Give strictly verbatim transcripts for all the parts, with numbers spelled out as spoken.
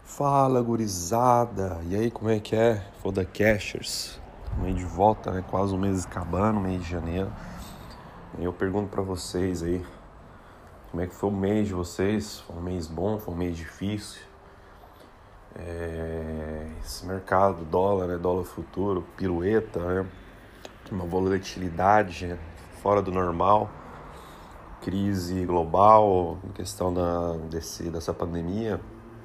Fala, gurizada! E aí, como é que é? Foda Cashers. Meio de volta, né? Quase um mês acabando, mês de janeiro. E eu pergunto pra vocês aí, como é que foi o mês de vocês? Foi um mês bom? Foi um mês difícil? É... Esse mercado, dólar, né? Dólar futuro, pirueta, né? Uma volatilidade fora do normal. Crise global, em questão da, desse, dessa pandemia.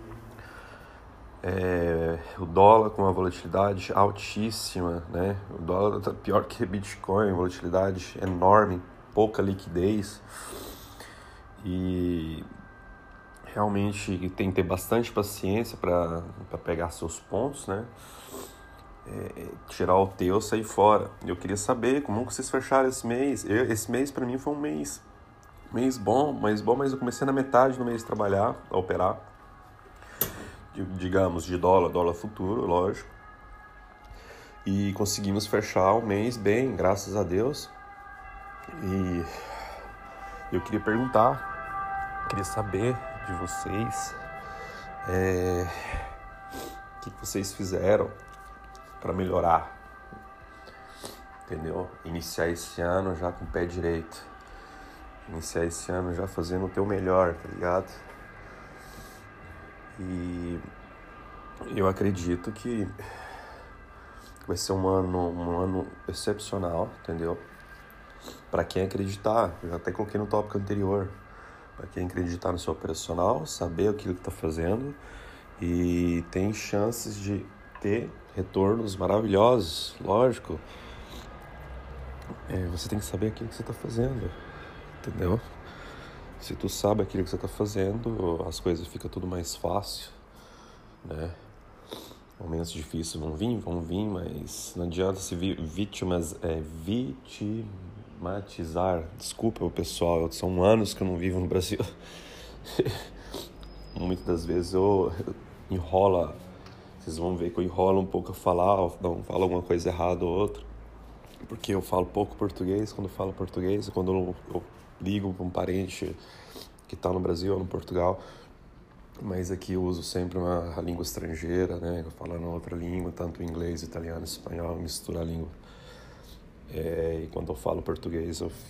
É, o dólar com uma volatilidade altíssima, né? O dólar tá pior que Bitcoin, volatilidade enorme, pouca liquidez. E realmente tem que ter bastante paciência para pegar seus pontos, né? É, tirar o teu, sair fora. Eu queria saber como que vocês fecharam esse mês. Eu, esse mês para mim foi um mês, mês bom, mês bom, mas eu comecei na metade do mês a trabalhar, a operar. Digamos, de dólar, dólar futuro, lógico. E conseguimos fechar o mês bem, graças a Deus. E eu queria perguntar, queria saber de vocês, é, o que vocês fizeram para melhorar, entendeu? Iniciar esse ano já com o pé direito. Iniciar esse ano já fazendo o teu melhor, tá ligado? E eu acredito que vai ser um ano, um ano excepcional, entendeu? Para quem acreditar, eu já até coloquei no tópico anterior, para quem acreditar no seu operacional, saber aquilo que está fazendo e tem chances de ter retornos maravilhosos, lógico. É, você tem que saber aquilo que você está fazendo, entendeu? Se tu sabe aquilo que você está fazendo, as coisas ficam tudo mais fácil, né? Momentos difíceis vão vir, vão vir, mas não adianta se vítimas, é, vitimatizar. Desculpa, pessoal, são anos que eu não vivo no Brasil. Muitas das vezes eu enrola, vocês vão ver que eu enrolo um pouco a falar, não falo alguma coisa errada ou outra, porque eu falo pouco português. Quando eu falo português, quando eu, eu ligo para um parente que está no Brasil ou no Portugal, mas aqui eu uso sempre uma língua estrangeira, né? Falando outra língua, tanto inglês, italiano, espanhol, mistura a língua. É, e quando eu falo português, eu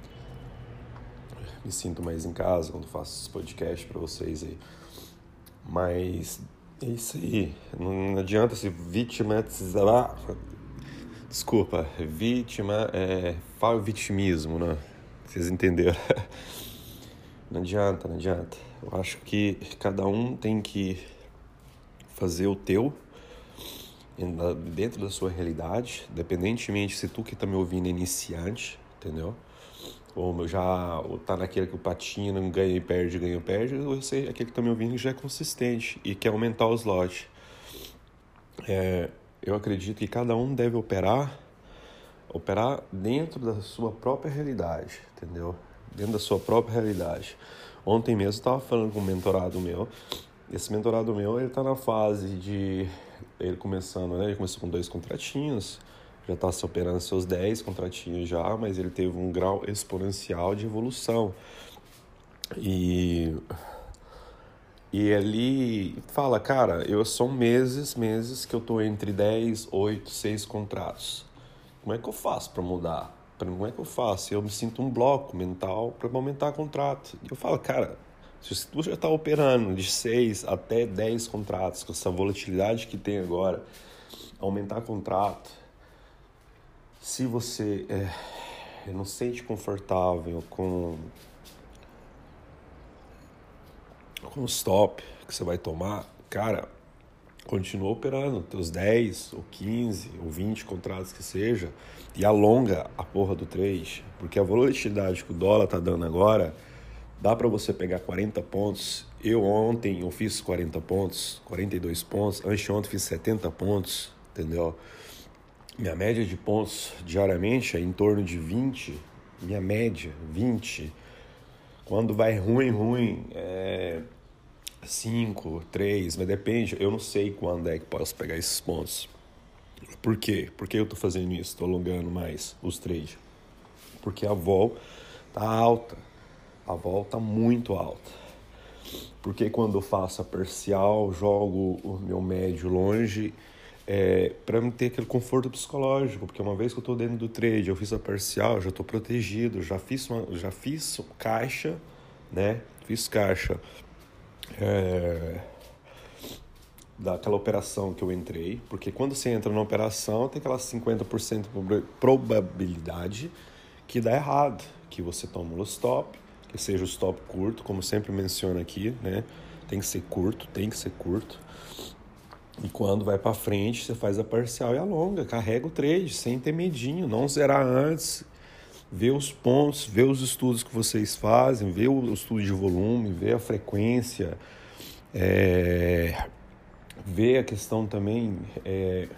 me sinto mais em casa quando faço esse podcast para vocês aí. Mas é isso aí. Não adianta se vitimizar. Desculpa, vítima é falo vitimismo, né? Vocês entenderam? Não adianta, não adianta. Eu acho que cada um tem que fazer o teu dentro da sua realidade, independentemente se tu que tá me ouvindo é iniciante, entendeu? Ou já ou tá naquele que o patinho não ganha e perde, ganha e perde, ou você, aquele que tá me ouvindo já é consistente e quer aumentar os lotes. É, eu acredito que cada um deve operar, operar dentro da sua própria realidade, entendeu? Dentro da sua própria realidade. Ontem mesmo eu estava falando com um mentorado meu. Esse mentorado meu, ele tá na fase de... Ele começando, né? Ele começou com dois contratinhos. Já está se operando seus dez contratinhos já, mas ele teve um grau exponencial de evolução. E... E ele fala, cara, eu são meses, meses que eu tô entre dez, oito, seis contratos. Como é que eu faço para mudar? Como é que eu faço? Eu me sinto um bloco mental para aumentar contrato. E eu falo, cara, se tu já está operando de seis até dez contratos, com essa volatilidade que tem agora, aumentar contrato, se você é, não se sente confortável com, com o stop que você vai tomar, cara, continua operando teus dez, ou quinze, ou vinte contratos que seja, e alonga a porra do trade, porque a volatilidade que o dólar tá dando agora, dá para você pegar quarenta pontos. Eu ontem eu fiz quarenta pontos, quarenta e dois pontos, anteontem fiz setenta pontos, entendeu? Minha média de pontos diariamente é em torno de vinte, minha média, vinte. Quando vai ruim, ruim, é... cinco, três, mas depende, eu não sei quando é que posso pegar esses pontos. Por quê? Por que eu tô fazendo isso? Tô alongando mais os trades. Porque a vol tá alta, a vol tá muito alta. Porque quando eu faço a parcial, jogo o meu médio longe, é, para me ter aquele conforto psicológico, porque uma vez que eu estou dentro do trade, eu fiz a parcial, já estou protegido, já fiz, uma, já fiz caixa, né? Fiz caixa é, daquela operação que eu entrei, porque quando você entra na operação, tem aquela cinquenta por cento probabilidade que dá errado, que você toma o stop, que seja o stop curto, como sempre menciono aqui, né? Tem que ser curto, tem que ser curto. E quando vai para frente, você faz a parcial e alonga, carrega o trade sem ter medinho, não zerar antes, vê os pontos, vê os estudos que vocês fazem, vê o estudo de volume, vê a frequência, é, vê a questão também é,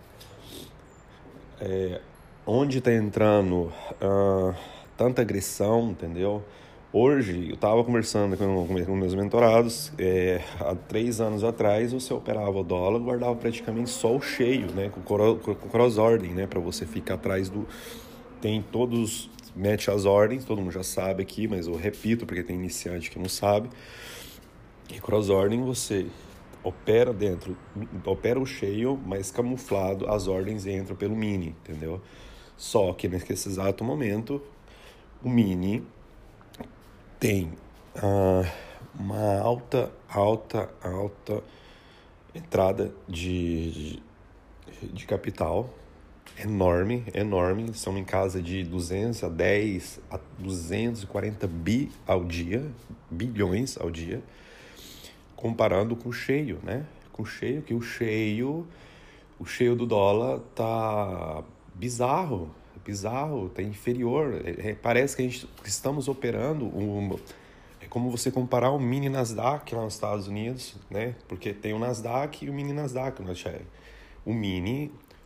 é, onde está entrando uh, tanta agressão, entendeu? Hoje, eu estava conversando com, com meus mentorados, é, há três anos atrás você operava o dólar, guardava praticamente só o cheio, né, com, com, com cross-ordem, né, para você ficar atrás do... Tem todos, mete as ordens, todo mundo já sabe aqui, mas eu repito porque tem iniciante que não sabe. E cross-ordem você opera dentro, opera o cheio, mas camuflado, as ordens entram pelo mini, entendeu? Só que nesse exato momento, o mini... tem uh, uma alta, alta, alta entrada de, de, de capital, enorme, enorme. Estamos em casa de duzentos a dez a duzentos e quarenta bi ao dia, bilhões ao dia, comparando com o cheio, né? Com o cheio, que o cheio, o cheio do dólar tá bizarro. bizarro, tá inferior. É, é, parece que a gente estamos operando um, é como você comparar o mini Nasdaq lá nos Estados Unidos, né? Porque tem o Nasdaq e o mini Nasdaq, né? O mini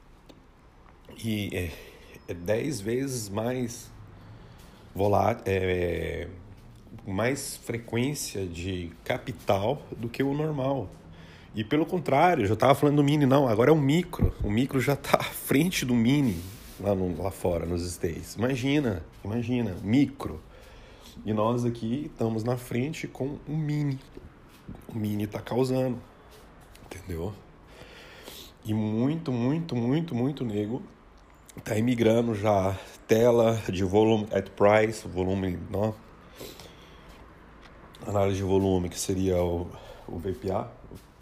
e é, é dez vezes mais volátil, é, mais frequência de capital do que o normal. E pelo contrário, eu já estava falando do mini, não, agora é o micro. O micro já está à frente do mini. Lá, no, lá fora, nos States. Imagina, imagina, micro. E nós aqui estamos na frente com o mini. O mini está causando, entendeu? E muito, muito, muito, muito nego está imigrando já. Tela de volume at price, volume, não? Análise de volume, que seria o, o V P A.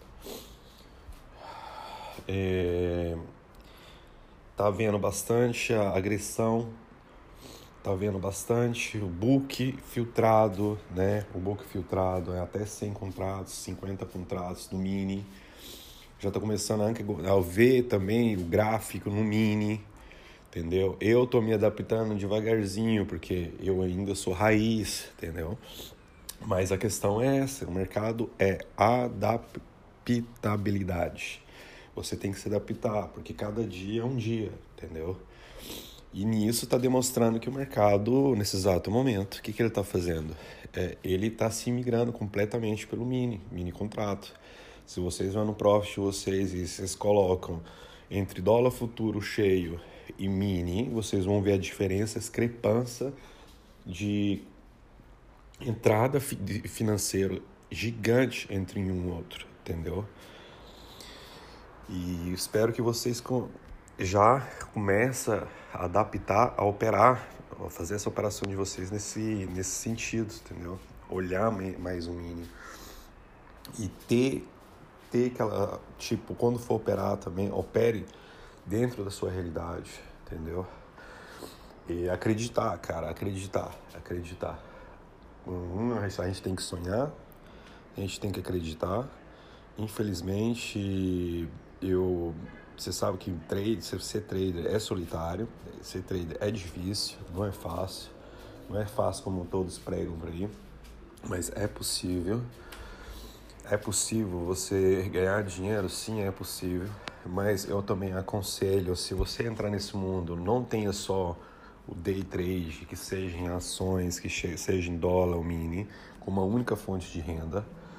É... Tá vendo bastante a agressão, tá vendo bastante o book filtrado, né? O book filtrado é até cem contratos, cinquenta contratos no mini. Já tá começando a ver também o gráfico no mini, entendeu? Eu tô me adaptando devagarzinho, porque eu ainda sou raiz, entendeu? Mas a questão é essa, o mercado é adaptabilidade. Você tem que se adaptar, porque cada dia é um dia, entendeu? E nisso está demonstrando que o mercado, nesse exato momento, o que, que ele está fazendo? É, ele está se migrando completamente pelo mini, mini contrato. Se vocês vão no profit de vocês e vocês colocam entre dólar futuro cheio e mini, vocês vão ver a diferença, a discrepância de entrada financeira gigante entre um e outro, entendeu? E espero que vocês já comecem a adaptar, a operar, a fazer essa operação de vocês nesse, nesse sentido, entendeu? Olhar mais um mini e ter, ter aquela, tipo, quando for operar também, opere dentro da sua realidade, entendeu? E acreditar, cara, acreditar, acreditar. Hum, a gente tem que sonhar, a gente tem que acreditar. Infelizmente, eu, você sabe que trade, ser trader é solitário, ser trader é difícil, não é fácil, não é fácil como todos pregam por aí, mas é possível, é possível você ganhar dinheiro, sim, é possível, mas eu também aconselho, se você entrar nesse mundo, não tenha só o day trade, que seja em ações, que seja em dólar ou mini, como uma única fonte de renda.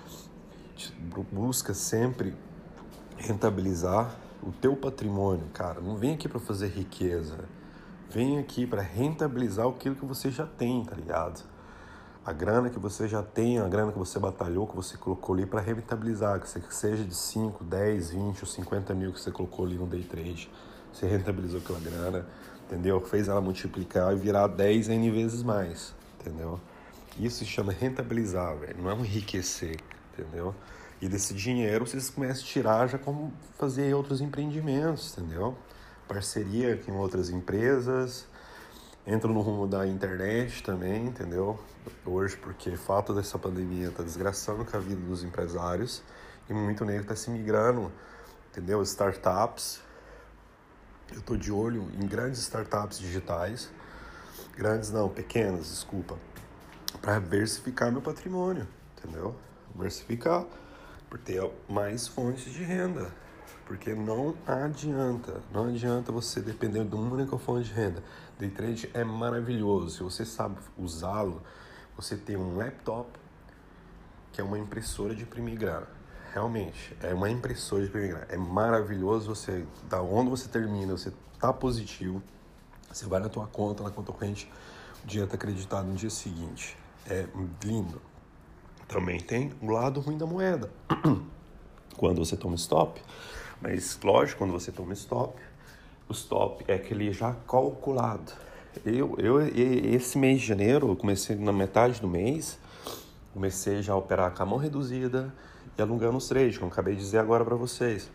Busca sempre rentabilizar o teu patrimônio, cara. Não vem aqui para fazer riqueza, vem aqui para rentabilizar aquilo que você já tem, tá ligado? a grana que você já tem, a grana que você batalhou, que você colocou ali para rentabilizar, que seja de cinco, dez, vinte ou cinquenta mil que você colocou ali no day trade, você rentabilizou aquela grana, entendeu? Fez ela multiplicar e virar dez N vezes mais, entendeu? Isso se chama rentabilizar, velho, não é um enriquecer, entendeu? E desse dinheiro vocês começam a tirar já como fazer outros empreendimentos, entendeu? Parceria com outras empresas, entro no rumo da internet também, entendeu? Hoje, porque falta dessa pandemia tá desgraçando com a vida dos empresários e muito negro tá se migrando, entendeu? Startups, eu tô de olho em grandes startups digitais, grandes não, pequenas, desculpa, para diversificar meu patrimônio, entendeu? Diversificar, por ter mais fontes de renda. Porque não adianta, não adianta você depender de uma única fonte de renda. Day trade é maravilhoso, se você sabe usá-lo, você tem um laptop que é uma impressora de imprimir grana. Realmente, é uma impressora de imprimir grana. É maravilhoso, você, da onde você termina, você tá positivo, você vai na tua conta, na conta corrente, o dinheiro tá acreditado no dia seguinte. É lindo. Também tem o lado ruim da moeda. Quando você toma stop, mas lógico, quando você toma stop, o stop é aquele já calculado. Eu, eu, esse mês de janeiro, eu comecei na metade do mês, comecei já a operar com a mão reduzida e alongando os trades, como eu acabei de dizer agora para vocês.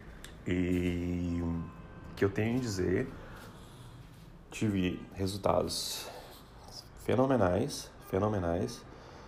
E o que eu tenho a dizer, tive resultados fenomenais, fenomenais.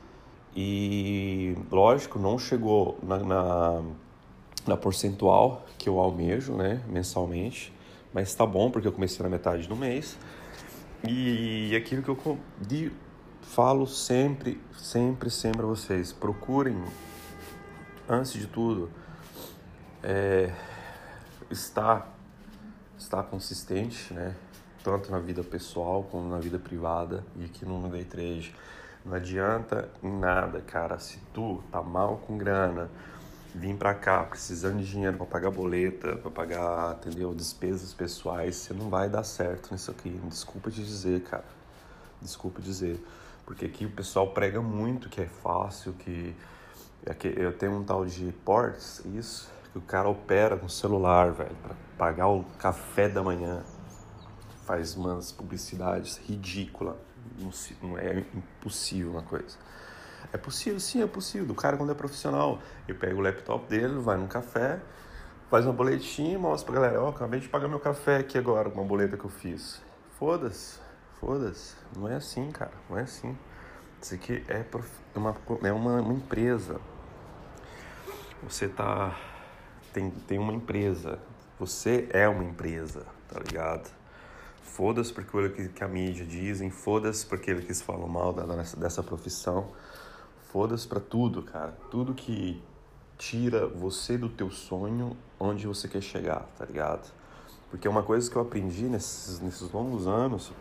E lógico, não chegou na, na, na percentual que eu almejo, né, mensalmente, mas tá bom porque eu comecei na metade do mês. E aquilo que eu de, falo sempre, sempre, sempre a vocês, procurem, antes de tudo, é, estar, estar consistente, né, tanto na vida pessoal como na vida privada e aqui no day trade. Não adianta em nada, cara, se tu tá mal com grana, vir pra cá precisando de dinheiro pra pagar boleta, pra pagar, entendeu, despesas pessoais, você não vai dar certo nisso aqui. Desculpa te dizer, cara. Desculpa dizer. Porque aqui o pessoal prega muito que é fácil, que... Eu tenho um tal de Ports, isso, que o cara opera com celular, velho, pra pagar o café da manhã. Faz umas publicidades ridículas. Não é impossível uma coisa. É possível, sim, é possível. O cara, quando é profissional, ele pega o laptop dele, vai num café, faz uma boletinha e mostra pra galera: ó, oh, acabei de pagar meu café aqui agora, com uma boleta que eu fiz. Foda-se, foda-se. Não é assim, cara, não é assim. Isso aqui é uma, é uma, uma empresa. Você tá... Tem, tem uma empresa. Você é uma empresa, tá ligado? Foda-se porque o que a mídia dizem, foda-se porque eles falam mal da, dessa profissão, foda-se pra tudo, cara. Tudo que tira você do teu sonho, onde você quer chegar, tá ligado? Porque é uma coisa que eu aprendi nesses, nesses longos anos,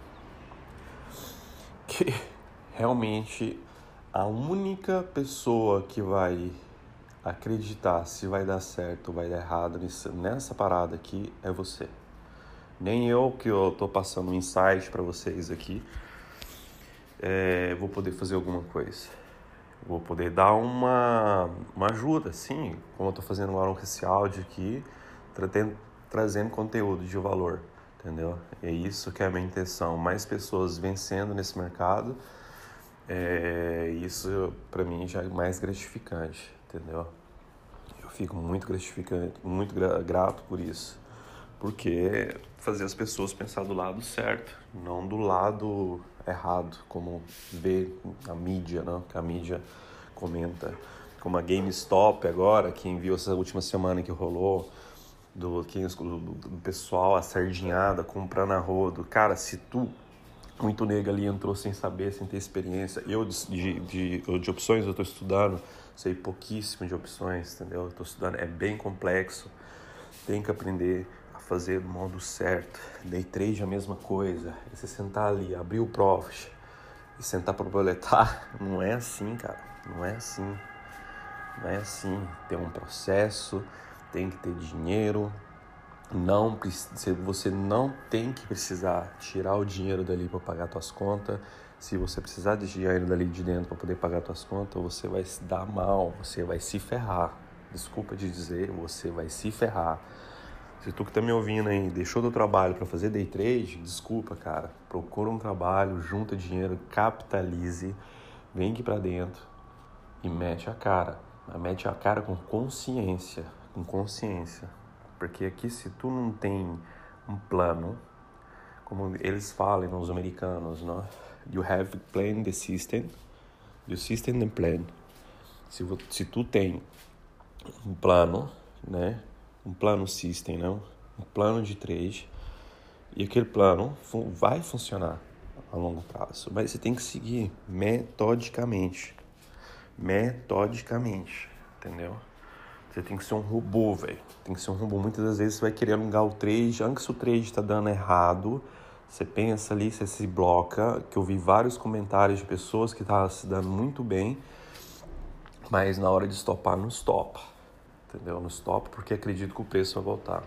que realmente a única pessoa que vai acreditar se vai dar certo ou vai dar errado nessa parada aqui é você. Nem eu, que eu tô passando um insight para vocês aqui, é, vou poder fazer alguma coisa. Vou poder dar uma, uma ajuda, sim, como eu tô fazendo agora esse áudio aqui, trazendo, trazendo conteúdo de valor, entendeu? É isso que é a minha intenção. Mais pessoas vencendo nesse mercado, é, isso para mim já é mais gratificante, entendeu? Eu fico muito gratificante, muito grato por isso. Porque fazer as pessoas pensar do lado certo, não do lado errado, como vê a mídia, né? Que a mídia comenta. Como a GameStop agora, quem viu essa última semana que rolou, do, do, do pessoal, a sardinhada, comprando a rodo. Cara, se tu, muito nego ali, entrou sem saber, sem ter experiência, eu de, de, de, de opções eu tô estudando, sei pouquíssimo de opções, entendeu? Eu tô estudando, é bem complexo, tem que aprender fazer do modo certo. Day trade é a mesma coisa. Você sentar ali, abrir o Profit e sentar para boletar, não é assim, cara. Não é assim. Não é assim. Tem um processo, tem que ter dinheiro. Não, você não tem que precisar tirar o dinheiro dali para pagar suas contas. Se você precisar de dinheiro dali de dentro para poder pagar suas contas, você vai se dar mal, você vai se ferrar. Desculpa de dizer, você vai se ferrar. Se tu que tá me ouvindo aí deixou do trabalho para fazer day trade, desculpa, cara. Procura um trabalho, junta dinheiro, capitalize, vem aqui para dentro e mete a cara. Mas mete a cara com consciência, com consciência. Porque aqui se tu não tem um plano, como eles falam os americanos, né? You have planned the system, you system the plan. Se, se tu tem um plano, né? Um plano system, não? Um plano de trade, e aquele plano fun- vai funcionar a longo prazo, mas você tem que seguir metodicamente, metodicamente, entendeu? Você tem que ser um robô, velho. Tem que ser um robô. Muitas das vezes você vai querer alongar o trade, antes que o trade tá dando errado, você pensa ali, você se bloca, que eu vi vários comentários de pessoas que estavam se dando muito bem, mas na hora de stopar, não stopa. Entendeu? No stop, porque acredito que o preço vai voltar.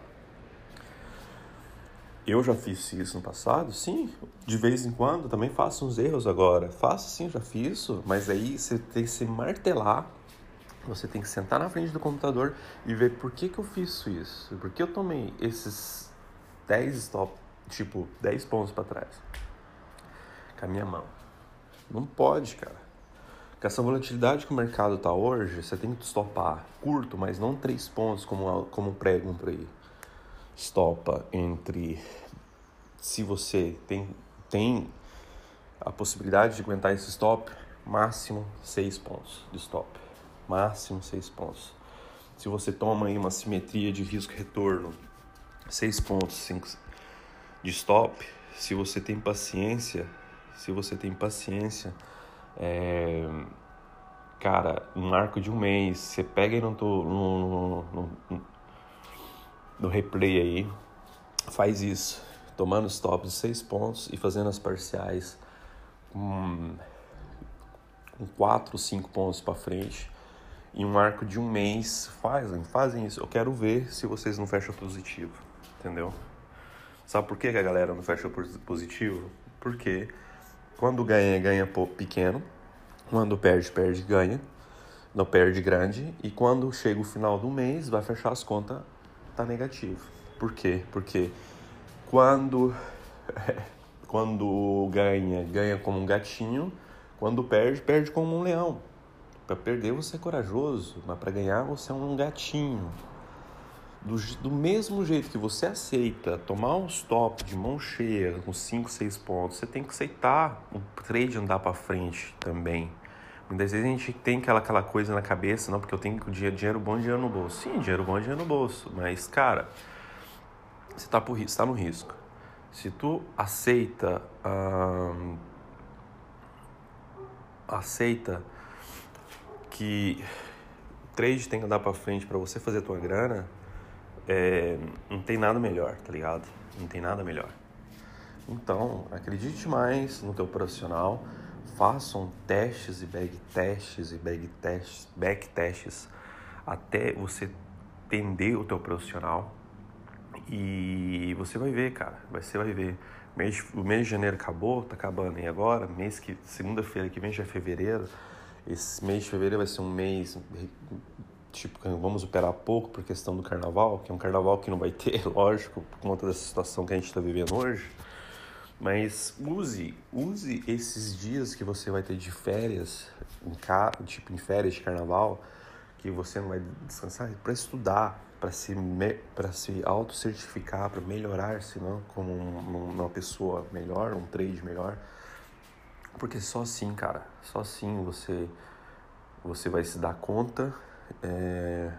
Eu já fiz isso no passado? Sim. De vez em quando, também faço uns erros agora. Faço sim, já fiz isso. Mas aí você tem que se martelar. Você tem que sentar na frente do computador e ver por que que eu fiz isso. Por que eu tomei esses dez stop, tipo, dez pontos para trás com a minha mão. Não pode, cara. Com essa volatilidade que o mercado está hoje, você tem que stopar curto, mas não três pontos como, como pregam por aí. Stopa entre, se você tem, tem a possibilidade de aguentar esse stop, máximo seis pontos de stop. Máximo seis pontos. Se você toma aí uma simetria de risco-retorno, seis pontos cinco de stop, se você tem paciência, se você tem paciência, É, cara, um arco de um mês, você pega aí no, no, no, no, no replay aí, faz isso, tomando stop de seis pontos e fazendo as parciais com, com quatro, cinco pontos para frente, em um arco de um mês, fazem, fazem isso. Eu quero ver se vocês não fecham positivo, entendeu? Sabe por que a galera não fecha positivo? Porque quando ganha, ganha pequeno. Quando perde, perde, ganha. Não perde grande. E quando chega o final do mês, vai fechar as contas, tá negativo. Por quê? Porque quando, quando ganha, ganha como um gatinho. Quando perde, perde como um leão. Para perder você é corajoso, mas para ganhar você é um gatinho. Do, do mesmo jeito que você aceita tomar um stop de mão cheia com cinco, seis pontos, você tem que aceitar o trade andar para frente também. Muitas vezes a gente tem aquela, aquela coisa na cabeça, não, porque eu tenho dinheiro, dinheiro bom e dinheiro no bolso. Sim, dinheiro bom e dinheiro no bolso, mas, cara, você está tá no risco. Se tu aceita, hum, aceita que o trade tem que andar para frente para você fazer a tua grana, É, não tem nada melhor, tá ligado? Não tem nada melhor. Então, acredite mais no teu profissional, façam testes e backtests e backtests, backtests até você entender o teu profissional e você vai ver, cara, você vai ver. Mês, o mês de janeiro acabou, tá acabando, e agora, mês que, segunda-feira que vem já é fevereiro, esse mês de fevereiro vai ser um mês... Tipo, vamos operar pouco por questão do carnaval, que é um carnaval que não vai ter, lógico, por conta dessa situação que a gente está vivendo hoje. Mas use, use esses dias que você vai ter de férias, em ca... tipo em férias de carnaval, que você não vai descansar, para estudar, para se, me... para se auto-certificar, para melhorar-se, não? Como um, uma pessoa melhor, um trade melhor. Porque só assim, cara, só assim você, você vai se dar conta É,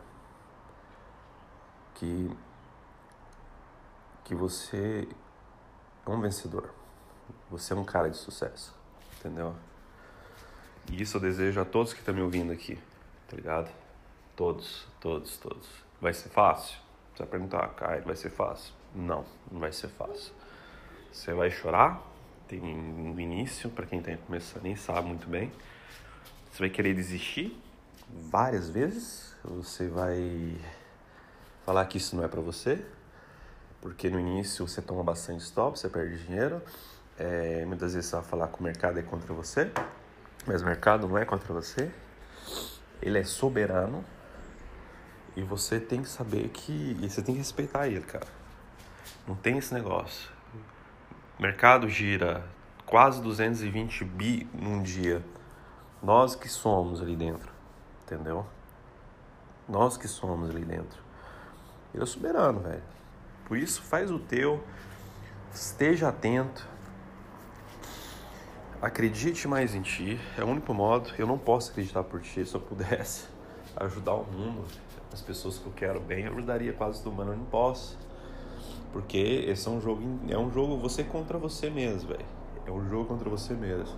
que, que você é um vencedor, você é um cara de sucesso, entendeu? E isso eu desejo a todos que estão me ouvindo aqui, tá ligado? Todos, todos, todos. Vai ser fácil? Você vai perguntar, Caio, vai ser fácil? Não, não vai ser fácil. Você vai chorar, tem no início, para quem está começando nem sabe muito bem. Você vai querer desistir várias vezes, você vai falar que isso não é pra você, porque no início você toma bastante stop, você perde dinheiro, É, muitas vezes você vai falar que o mercado é contra você, mas o mercado não é contra você. Ele é soberano e você tem que saber que... E você tem que respeitar ele, cara. Não tem esse negócio. O mercado gira quase duzentos e vinte bi num dia. Nós que somos ali dentro, entendeu? Nós que somos ali dentro. Ele é soberano, velho. Por isso, faz o teu, esteja atento, acredite mais em ti. É o único modo. Eu não posso acreditar por ti. Se eu pudesse ajudar o mundo, as pessoas que eu quero bem, eu ajudaria quase todo mundo. Eu não posso. Porque esse é um jogo, é um jogo você contra você mesmo, velho. É um jogo contra você mesmo.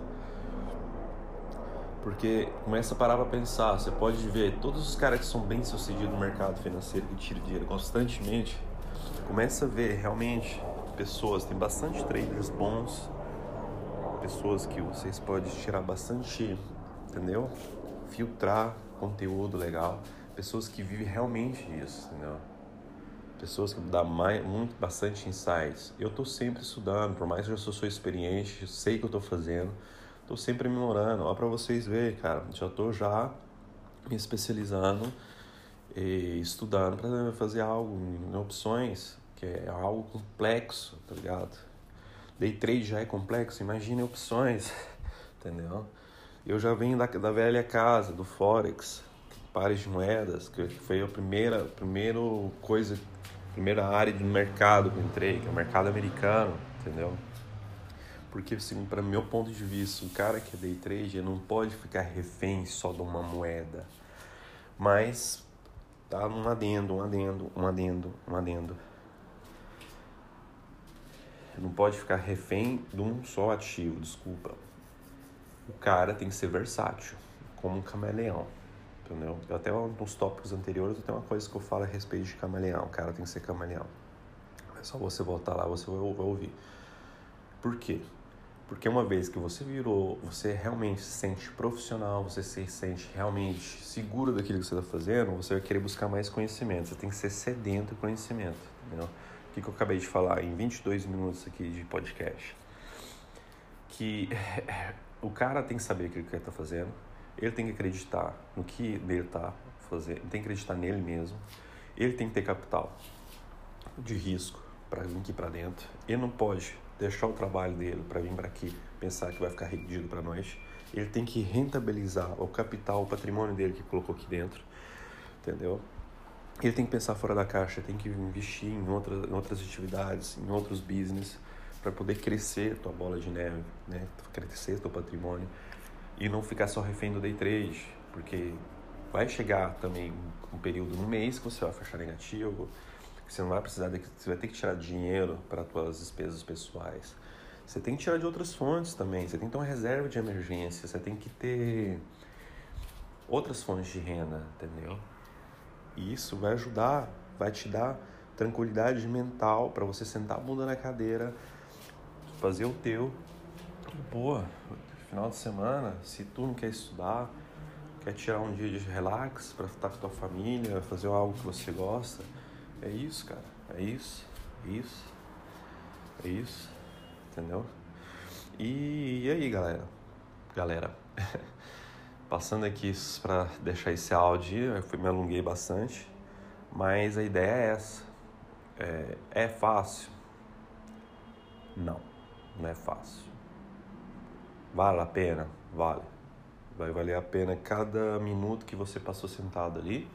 Porque começa a parar pra pensar, você pode ver todos os caras que são bem sucedidos no mercado financeiro, que tiram dinheiro constantemente, começa a ver realmente pessoas, tem bastante traders bons, pessoas que vocês podem tirar bastante, entendeu? Filtrar conteúdo legal, pessoas que vivem realmente isso, entendeu? Pessoas que dão mais, muito, bastante insights. Eu tô sempre estudando, por mais que eu sou, sou experiente, eu sei o que eu tô fazendo, tô sempre memorando. Ó, pra vocês verem, cara, já tô já me especializando e estudando para fazer algo em opções, que é algo complexo, tá ligado? Day trade já é complexo, imagine opções, entendeu? Eu já venho da, da velha casa, do Forex, pares de moedas, que foi a primeira, primeira coisa, primeira área de mercado que eu entrei, que é o mercado americano, entendeu? Porque, assim, para meu ponto de vista, o cara que é day trade não pode ficar refém só de uma moeda. Mas tá um adendo, um adendo, um adendo, um adendo. Não pode ficar refém de um só ativo, desculpa. O cara tem que ser versátil, como um camaleão, entendeu? Eu até nos tópicos anteriores tem uma coisa que eu falo a respeito de camaleão. O cara tem que ser camaleão. É só você voltar lá, você vai ouvir. Por quê? Porque uma vez que você virou, você realmente se sente profissional, você se sente realmente seguro daquilo que você está fazendo, você vai querer buscar mais conhecimento. Você tem que ser sedento de conhecimento, entendeu? O que, que eu acabei de falar em vinte e dois minutos aqui de podcast? Que o cara tem que saber aquilo que ele está fazendo, ele tem que acreditar no que ele está fazendo, ele tem que acreditar nele mesmo, ele tem que ter capital de risco para vir aqui para dentro, ele não pode deixar o trabalho dele para vir para aqui, pensar que vai ficar rendido para nós. Ele tem que rentabilizar o capital, o patrimônio dele que colocou aqui dentro, entendeu? Ele tem que pensar fora da caixa, tem que investir em outras, em outras atividades, em outros business, para poder crescer tua bola de neve, né? Crescer teu patrimônio e não ficar só refém do day trade, porque vai chegar também um período no mês que você vai fechar negativo, que você não vai precisar, de, você vai ter que tirar dinheiro para as suas despesas pessoais. Você tem que tirar de outras fontes também, você tem que ter uma reserva de emergência, você tem que ter outras fontes de renda, entendeu? E isso vai ajudar, vai te dar tranquilidade mental para você sentar a bunda na cadeira, fazer o teu. Pô, final de semana, se tu não quer estudar, quer tirar um dia de relax para estar com a tua família, fazer algo que você gosta, é isso, cara, é isso, é isso, é isso, entendeu? E, e aí, galera, galera, passando aqui para deixar esse áudio, eu fui, me alonguei bastante, mas a ideia é essa, é, é fácil? Não, não é fácil. Vale a pena? Vale. Vai valer a pena cada minuto que você passou sentado ali,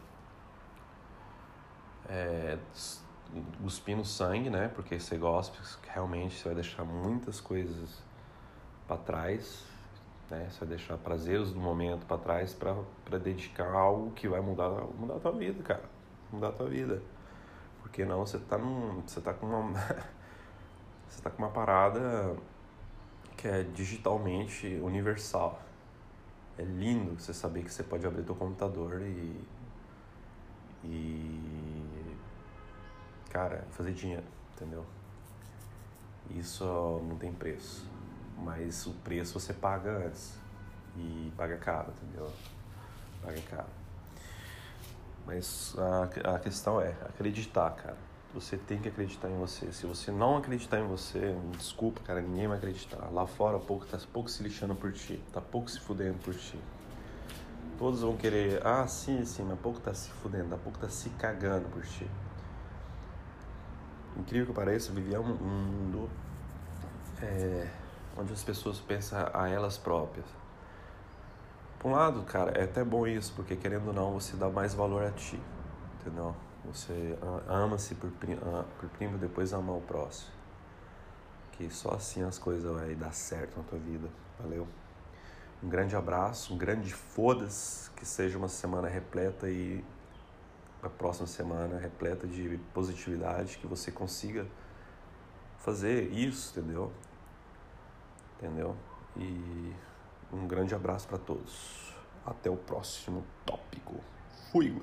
é, cuspindo sangue, né? Porque você gosta, realmente você vai deixar muitas coisas para trás, né? Você vai deixar prazeres do momento para trás para dedicar a algo que vai mudar, mudar a tua vida, cara. Mudar a tua vida. Porque não, você tá num, você tá com uma você tá com uma parada que é digitalmente universal. É lindo você saber que você pode abrir teu computador e e cara, fazer dinheiro, entendeu? Isso não tem preço, mas o preço você paga antes e paga caro, entendeu? Paga caro. Mas a, a questão é acreditar, cara. Você tem que acreditar em você. Se você não acreditar em você, desculpa, cara, ninguém vai acreditar. Lá fora, pouco tá pouco se lixando por ti, tá pouco se fudendo por ti. Todos vão querer, ah, sim, sim, mas pouco tá se fudendo, tá pouco tá se cagando por ti. Incrível que pareça, eu vivia um, um mundo é, onde as pessoas pensam a elas próprias. Por um lado, cara, é até bom isso, porque querendo ou não, você dá mais valor a ti, entendeu? Você ama-se por, por primo, depois ama o próximo. Que só assim as coisas vai dar certo na tua vida. Valeu? Um grande abraço, um grande foda-se, que seja uma semana repleta e a próxima semana repleta de positividade, que você consiga fazer isso, entendeu? Entendeu? E um grande abraço para todos. Até o próximo tópico. Fui!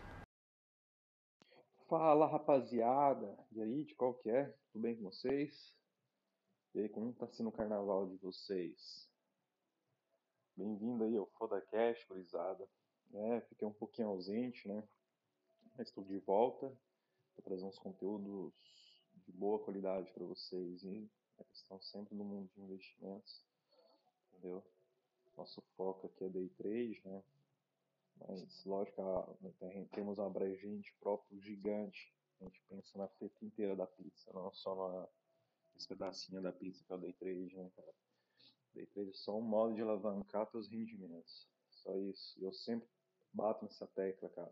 Fala, rapaziada! E aí, de qual que é? Tudo bem com vocês? E aí, como tá sendo o carnaval de vocês? Bem-vindo aí ao FodaCast, gurizada. É, fiquei um pouquinho ausente, né? Mas estou de volta para trazer uns conteúdos de boa qualidade para vocês. E a questão sempre no mundo de investimentos, entendeu? Nosso foco aqui é day trade, né? Mas, lógico, temos um abrangente próprio gigante. A gente pensa na feta inteira da pizza, não só na esse pedacinho da pizza que é o day trade, né, cara? Day trade é só um modo de alavancar teus rendimentos. Só isso. E eu sempre bato nessa tecla, cara.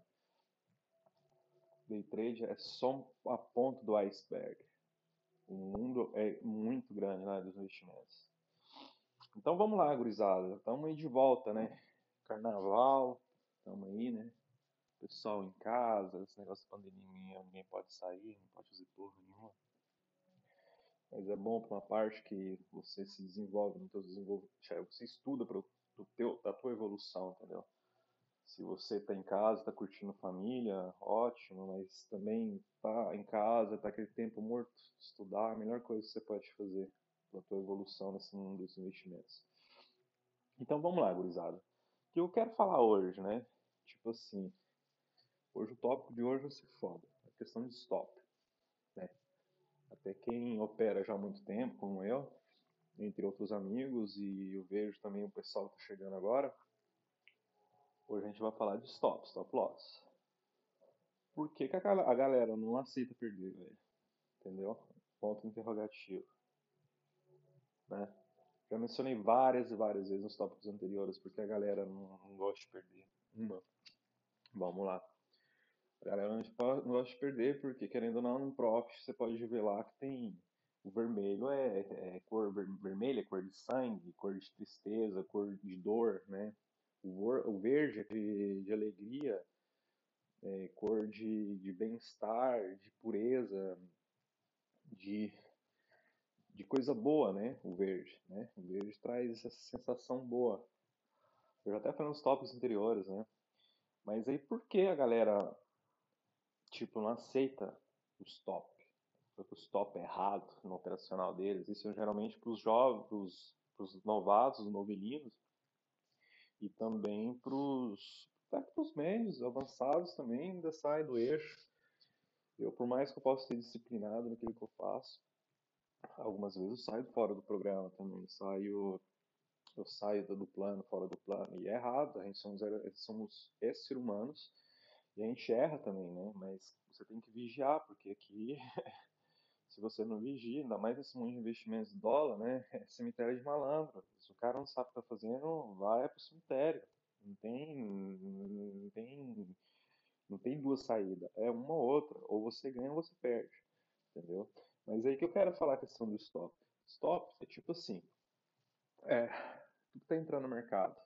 Day trade é só a ponta do iceberg. O mundo é muito grande, né, dos investimentos. Então vamos lá, gurizada. Estamos aí de volta, né? Carnaval, estamos aí, né? Pessoal em casa, esse negócio de pandemia, ninguém pode sair, não pode fazer porra nenhuma. Mas é bom para uma parte que você se desenvolve no teu desenvolvimento, você estuda para a tua evolução, entendeu? Se você está em casa, está curtindo família, ótimo, mas também está em casa, está aquele tempo morto de estudar, a melhor coisa que você pode fazer para a tua evolução nesse mundo dos investimentos. Então vamos lá, gurizada. O que eu quero falar hoje, né? Tipo assim, hoje o tópico de hoje vai ser foda, a questão de stop, né? Até quem opera já há muito tempo, como eu, entre outros amigos, e eu vejo também o pessoal que está chegando agora. Hoje a gente vai falar de stop, stop loss. Por que, que a galera não aceita perder, velho? Entendeu? Ponto interrogativo. Né? Já mencionei várias e várias vezes nos tópicos anteriores porque a galera não, não gosta de perder. Uma. Vamos lá. A galera não, não gosta de perder porque, querendo ou não, no profit você pode ver lá que tem o vermelho é, é cor vermelha, é cor de sangue, cor de tristeza, cor de dor, né? O, o verde é de, de alegria, é cor de, de bem-estar, de pureza, de, de coisa boa, né? O verde, né? O verde traz essa sensação boa. Eu já até falei nos tópicos anteriores, né? Mas aí por que a galera, tipo, não aceita o stop? O stop errado no operacional deles. Isso é geralmente para os jovens, para os novatos, os novelinos, e também para os médios, avançados também, ainda saem do eixo. Eu, por mais que eu possa ser disciplinado naquilo que eu faço, algumas vezes eu saio fora do programa também, saio, eu saio do plano, fora do plano, e é errado, a gente somos, somos seres humanos, e a gente erra também, né? Mas você tem que vigiar, porque aqui se você não vigia, ainda mais nesse mundo de investimentos de dólar, né? É cemitério de malandro. Se o cara não sabe o que está fazendo, vai pro cemitério. Não tem, não tem, não tem duas saídas. É uma ou outra. Ou você ganha ou você perde. Entendeu? Mas aí que eu quero falar a questão do stop. Stop é tipo assim. É, tu que tá entrando no mercado.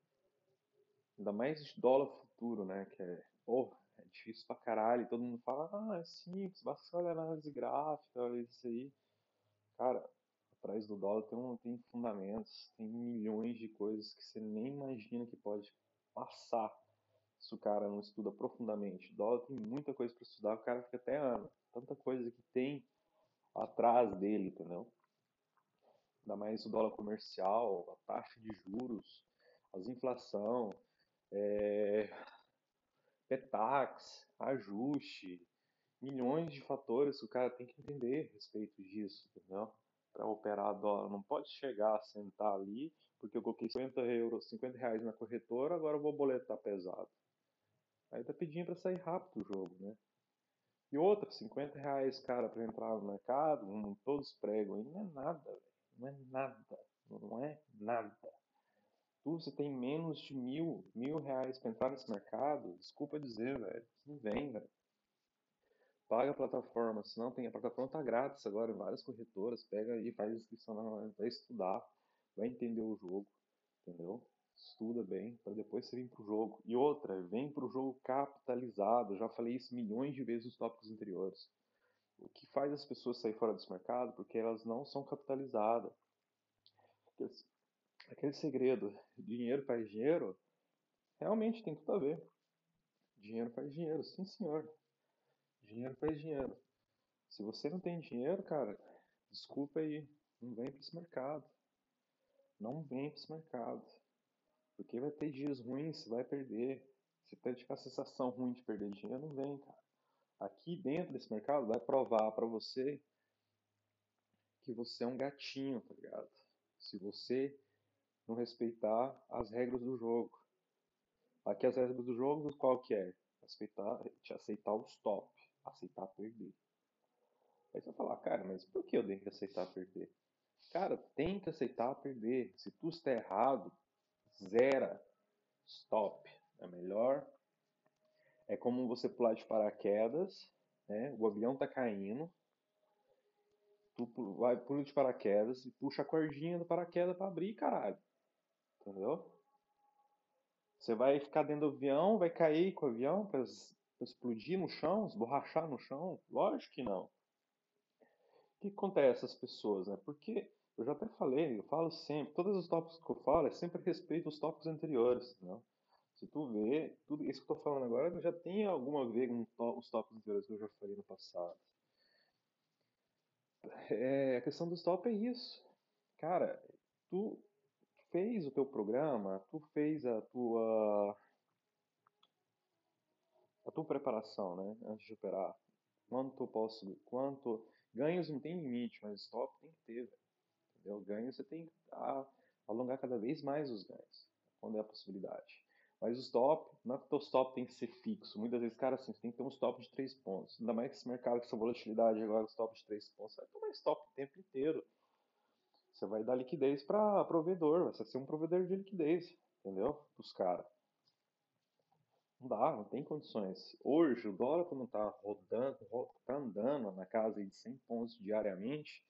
Ainda mais de dólar futuro, né? Que é, porra, é difícil pra caralho. Todo mundo fala, ah, é simples, basta só olhar análise gráfica, olha isso aí. Cara, atrás do dólar tem, um, tem fundamentos, tem milhões de coisas que você nem imagina que pode passar se o cara não estuda profundamente. O dólar tem muita coisa para estudar, o cara fica até ano. Tanta coisa que tem atrás dele, entendeu? Ainda mais o dólar comercial, a taxa de juros, as inflação, é, P tax, ajuste. milhões de fatores que o cara tem que entender a respeito disso, entendeu? Para operar dólar. Não pode chegar, sentar ali, porque eu coloquei cinquenta euros, cinquenta reais na corretora, agora eu vou boletar pesado. Aí tá pedindo para sair rápido o jogo, né? E outra, cinquenta reais, cara, para entrar no mercado, um, todos pregam aí, não é nada, velho. Não é nada. Não é nada. Tu, você tem menos de mil, mil reais para entrar nesse mercado, desculpa dizer, velho. Não vem, velho. Paga a plataforma, senão tem a plataforma tá grátis agora em várias corretoras, pega aí, faz inscrição lá, vai estudar, vai entender o jogo, entendeu? Estuda bem para depois você vir pro jogo. E outra, vem pro jogo capitalizado. Já falei isso milhões de vezes nos tópicos anteriores. O que faz as pessoas sair fora desse mercado? Porque elas não são capitalizadas. Aquele, aquele segredo, dinheiro faz dinheiro, realmente tem tudo a ver. Dinheiro faz dinheiro, sim senhor. Dinheiro faz dinheiro. Se você não tem dinheiro, cara, desculpa aí, não vem para esse mercado. Não vem para esse mercado. Porque vai ter dias ruins, você vai perder. Se tá com a sensação ruim de perder dinheiro, não vem, cara. Aqui dentro desse mercado vai provar para você que você é um gatinho, tá ligado? Se você não respeitar as regras do jogo. Aqui as regras do jogo, qual que é? Aceitar, te aceitar o stop, aceitar perder. Aí você vai falar, cara, mas por que eu tenho que aceitar perder? Cara, tem que aceitar perder. Se tu está errado, zera, stop. É melhor. É como você pular de paraquedas, né? O avião tá caindo, tu vai pula de paraquedas e puxa a cordinha do paraquedas para abrir, caralho. Entendeu? Você vai ficar dentro do avião, vai cair com o avião para explodir no chão, esborrachar no chão? Lógico que não. O que acontece essas pessoas, né? Porque eu já até falei, eu falo sempre, todos os tópicos que eu falo é sempre a respeito dos tópicos anteriores, né? Se tu vê, tudo isso que eu tô falando agora já tem alguma vez com os tópicos anteriores que eu já falei no passado. É, a questão do stop é isso. Cara, tu fez o teu programa, tu fez a tua a tua preparação, né, antes de operar. Quanto eu posso, quanto ganhos não tem limite, mas stop tem que ter, velho. Entendeu? Ganhos você tem que a, alongar cada vez mais os ganhos, quando é a possibilidade. Mas o stop, não é que o teu stop tem que ser fixo. Muitas vezes, cara, assim, você tem que ter um stop de três pontos. Ainda mais que esse mercado com essa volatilidade agora, o stop de três pontos, você vai tomar stop o tempo inteiro. Você vai dar liquidez para provedor, você vai ser um provedor de liquidez, entendeu? Os caras. Não dá, não tem condições. Hoje, o dólar, como está rodando, está andando na casa de cem pontos diariamente,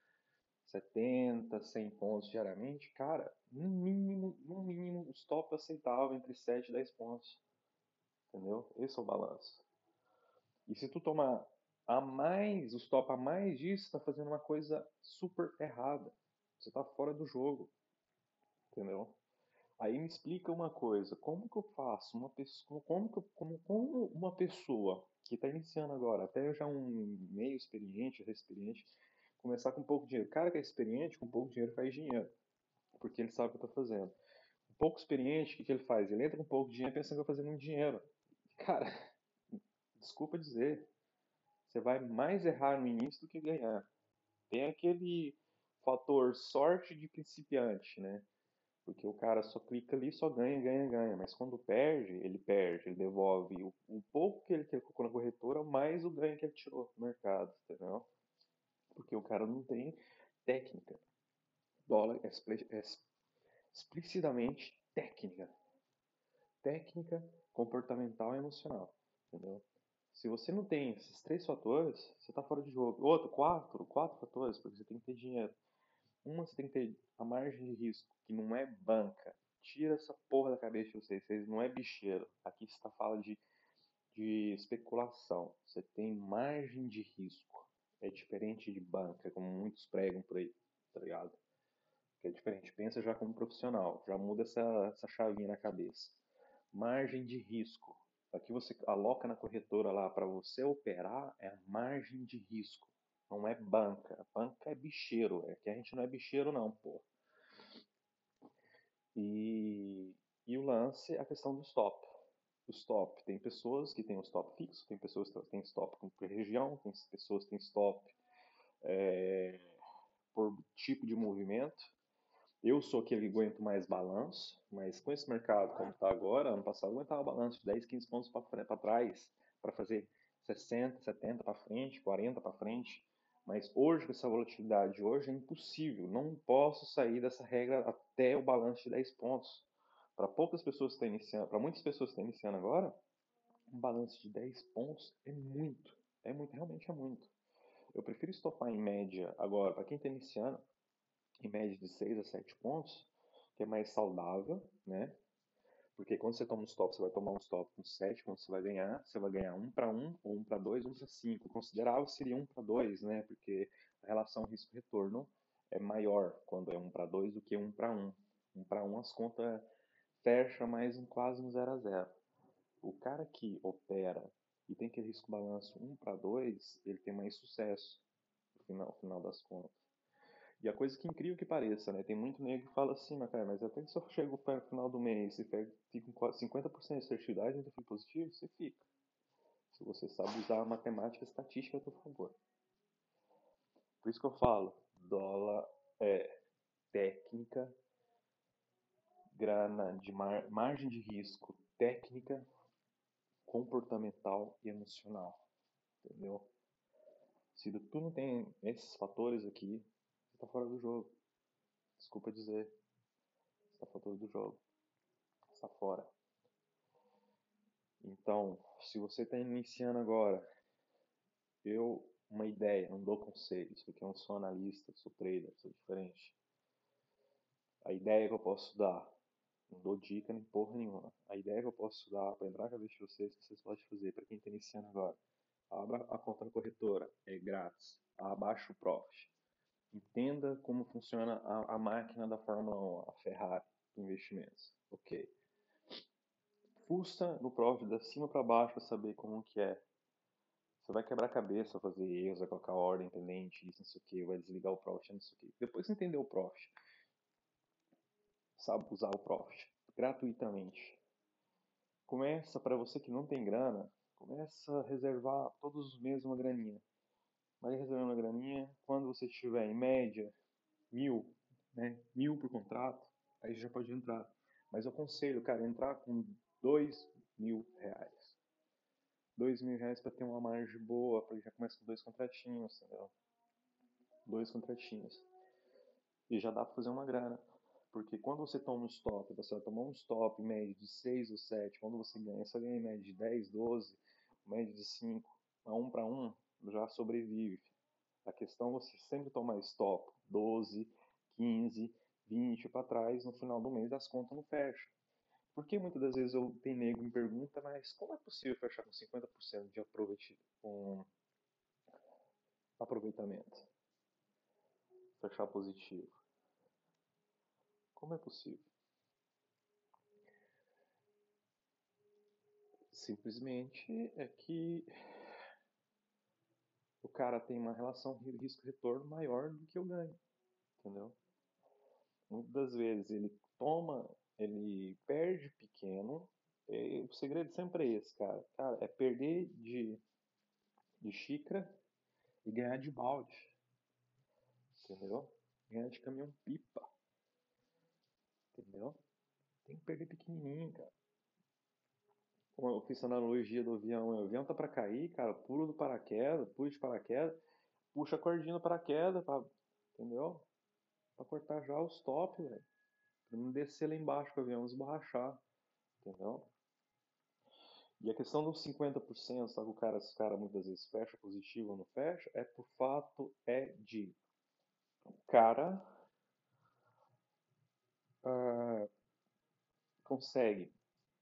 setenta, cem pontos diariamente, cara, no mínimo, no mínimo, o stop aceitável entre sete e dez pontos. Entendeu? Esse é o balanço. E se tu tomar a mais, o stop a mais disso, você está fazendo uma coisa super errada. Você está fora do jogo. Entendeu? Aí me explica uma coisa, como que eu faço uma pessoa, como, que eu, como, como uma pessoa que está iniciando agora, até já um meio experiente, experiente, começar com um pouco de dinheiro. O cara que é experiente, com pouco dinheiro faz dinheiro, porque ele sabe o que está fazendo. Um pouco experiente, o que, que ele faz? Ele entra com pouco dinheiro pensando que vai fazer muito dinheiro. Cara, desculpa dizer, você vai mais errar no início do que ganhar. Tem aquele fator sorte de principiante, né? Porque o cara só clica ali, só ganha, ganha, ganha. Mas quando perde, ele perde, ele devolve o, o pouco que ele colocou na corretora, mais o ganho que ele tirou do mercado, entendeu? Porque o cara não tem técnica. Dólar é, é explicitamente técnica. Técnica comportamental e emocional, entendeu? Se você não tem esses três fatores, você está fora de jogo. Outro, quatro, quatro fatores, porque você tem que ter dinheiro. Uma, você tem que ter a margem de risco, que não é banca. Tira essa porra da cabeça de vocês. Vocês não é bicheiro. Aqui você está falando de, de especulação. Você tem margem de risco. É diferente de banca, como muitos pregam por aí, tá ligado? Que é diferente. Pensa já como profissional. Já muda essa, essa chavinha na cabeça. Margem de risco. Aqui você aloca na corretora lá para você operar é a margem de risco. Não é banca. Banca é bicheiro. É que a gente não é bicheiro não, pô. E, e o lance é a questão do stop. o stop. Tem pessoas que têm um stop fixo, tem pessoas que têm stop por região, tem pessoas que têm stop é, por tipo de movimento. Eu sou aquele que aguento mais balanço, mas com esse mercado como está agora, ano passado eu aguentava balanço de dez, quinze pontos para trás, para fazer sessenta, setenta para frente, quarenta para frente. Mas hoje, com essa volatilidade de hoje, é impossível. Não posso sair dessa regra até o balanço de dez pontos. Para poucas pessoas que estão iniciando, para muitas pessoas que estão iniciando agora, um balanço de dez pontos é muito. É muito, realmente é muito. Eu prefiro estopar em média agora, para quem está iniciando, em média de seis a sete pontos, que é mais saudável, né? Porque quando você toma um stop, você vai tomar um stop com sete, quando você vai ganhar, você vai ganhar um para um, ou um para dois, um para cinco. Considerável seria um para dois, né? Porque a relação risco-retorno é maior quando é um para dois do que um para um. Um para um as contas fecha mais um quase um zero a zero. O cara que opera e tem aquele risco balanço um para dois, ele tem mais sucesso no final, no final das contas. E a coisa que incrível que pareça, né? Tem muito nego que fala assim, mas cara, mas até que se eu chego para o final do mês e fico com cinquenta por cento de certidão de fico positivo, você fica. Se você sabe usar a matemática e a estatística a seu favor. Por isso que eu falo, dólar é técnica, grana de mar, margem de risco, técnica, comportamental e emocional. Entendeu? Se tu não tem esses fatores aqui, você tá fora do jogo. Desculpa dizer. Você tá fora do jogo. Você tá fora. Então, se você está iniciando agora, eu, uma ideia, não dou conselhos, porque eu não sou analista, sou trader, sou diferente. A ideia que eu posso dar, não dou dica nem porra nenhuma. A ideia que eu posso dar para entrar na cabeça de vocês, que vocês podem fazer, para quem está iniciando agora, abra a conta na corretora, é grátis, abaixa o profit. Entenda como funciona a, a máquina da Fórmula um, a Ferrari de investimentos. Ok. Fusta no profit da cima para baixo para saber como que é. Você vai quebrar a cabeça, fazer erros, vai colocar ordem pendente, isso, não sei o que, vai desligar o profit, não sei o que. Depois que entender o profit, sabe usar o profit gratuitamente. Começa, para você que não tem grana, começa a reservar todos os meses uma graninha. Vai reservando uma graninha, quando você tiver em média mil, né, mil por contrato, aí já pode entrar. Mas eu aconselho, cara, entrar com dois mil reais. Dois mil reais para ter uma margem boa, porque já começa com dois contratinhos, entendeu? Dois contratinhos. E já dá para fazer uma grana. Porque quando você toma um stop, você vai tomar um stop em média de seis ou sete, quando você ganha, você ganha em média de dez, doze, média de cinco, a um para um, já sobrevive. A questão é você sempre tomar stop doze, quinze, vinte para trás, no final do mês as contas não fecham. Porque muitas das vezes eu tenho nego que me pergunta, mas como é possível fechar com cinquenta por cento de aproveitamento? Fechar positivo. Como é possível? Simplesmente é que o cara tem uma relação risco-retorno maior do que eu ganho, entendeu? Muitas das vezes ele toma, ele perde pequeno, e o segredo sempre é esse, cara. Cara, é perder de, de xícara e ganhar de balde, entendeu? Ganhar de caminhão-pipa, entendeu? Tem que perder pequenininho, cara. Como eu fiz a analogia do avião, o avião tá pra cair, cara, pulo do paraquedas, pulo de paraquedas, puxa a cordinha do paraquedas, pra, entendeu? Pra cortar já os top, velho. Pra não descer lá embaixo com o avião esborrachar, entendeu? E a questão dos cinquenta por cento, sabe, o cara, se o cara muitas vezes fecha positivo ou não fecha, é por fato é de o cara uh, consegue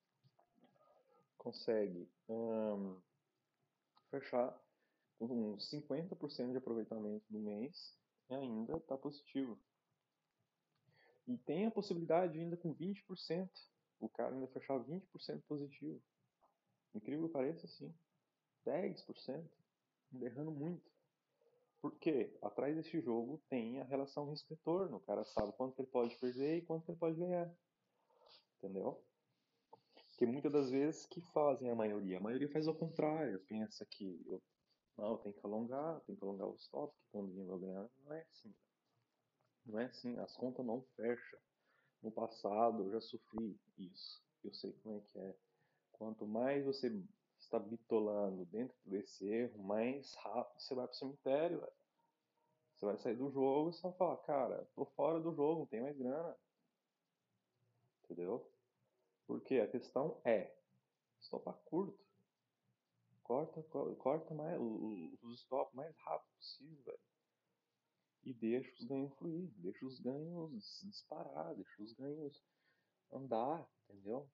consegue um, fechar com cinquenta por cento de aproveitamento do mês e ainda está positivo. E tem a possibilidade ainda com vinte por cento, o cara ainda fechar vinte por cento positivo. Incrível que pareça, sim. dez por cento, ainda errando muito. Porque atrás desse jogo tem a relação risco-retorno. O cara sabe quanto que ele pode perder e quanto que ele pode ganhar. Entendeu? Que muitas das vezes que fazem a maioria. A maioria faz ao contrário, pensa que eu, não, tem que alongar, tem que alongar o stop, que quando eu vou ganhar. Não é assim. Não é assim, as contas não fecham. No passado eu já sofri isso. Eu sei como é que é. Quanto mais você está bitolando dentro desse erro, mais rápido você vai pro cemitério, velho. Você vai sair do jogo e você vai falar, cara, tô fora do jogo, não tem mais grana. Entendeu? Porque a questão é, stopar curto. Corta, corta mais, os stop mais rápido possível, velho. E deixa os ganhos fluir, deixa os ganhos disparar, deixa os ganhos andar, entendeu?